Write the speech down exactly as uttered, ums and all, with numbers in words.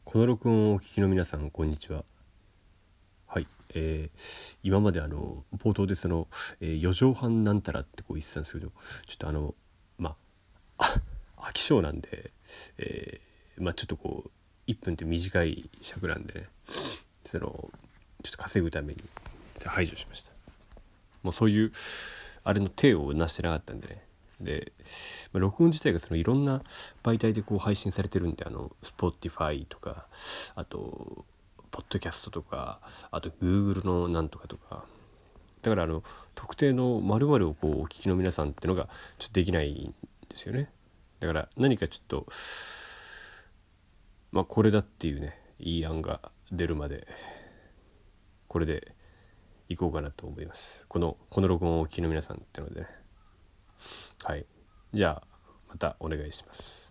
この録音をお聞きの皆さん、こんにちは。はい、えー、今まであの冒頭でその、えー、よじょうはんなんたらってこう言ってたんですけど、ちょっとあのまあ飽き性なんで、えー、まあちょっとこういっぷんって短い尺なんでね、そのちょっと稼ぐために排除しました。もうそういうあれの手をなしてなかったんでね。で、まあ、録音自体がそのいろんな媒体でこう配信されてるんで、あの Spotify とか、あとポッドキャストとか、あと Google のなんとかとか、だからあの特定の〇〇をこうお聞きの皆さんってのがちょっとできないんですよね。だから何かちょっとまあこれだっていうね、いい案が出るまでこれでいこうかなと思います。このこの録音をお聞きの皆さんってのでね。はい、じゃあまたお願いします。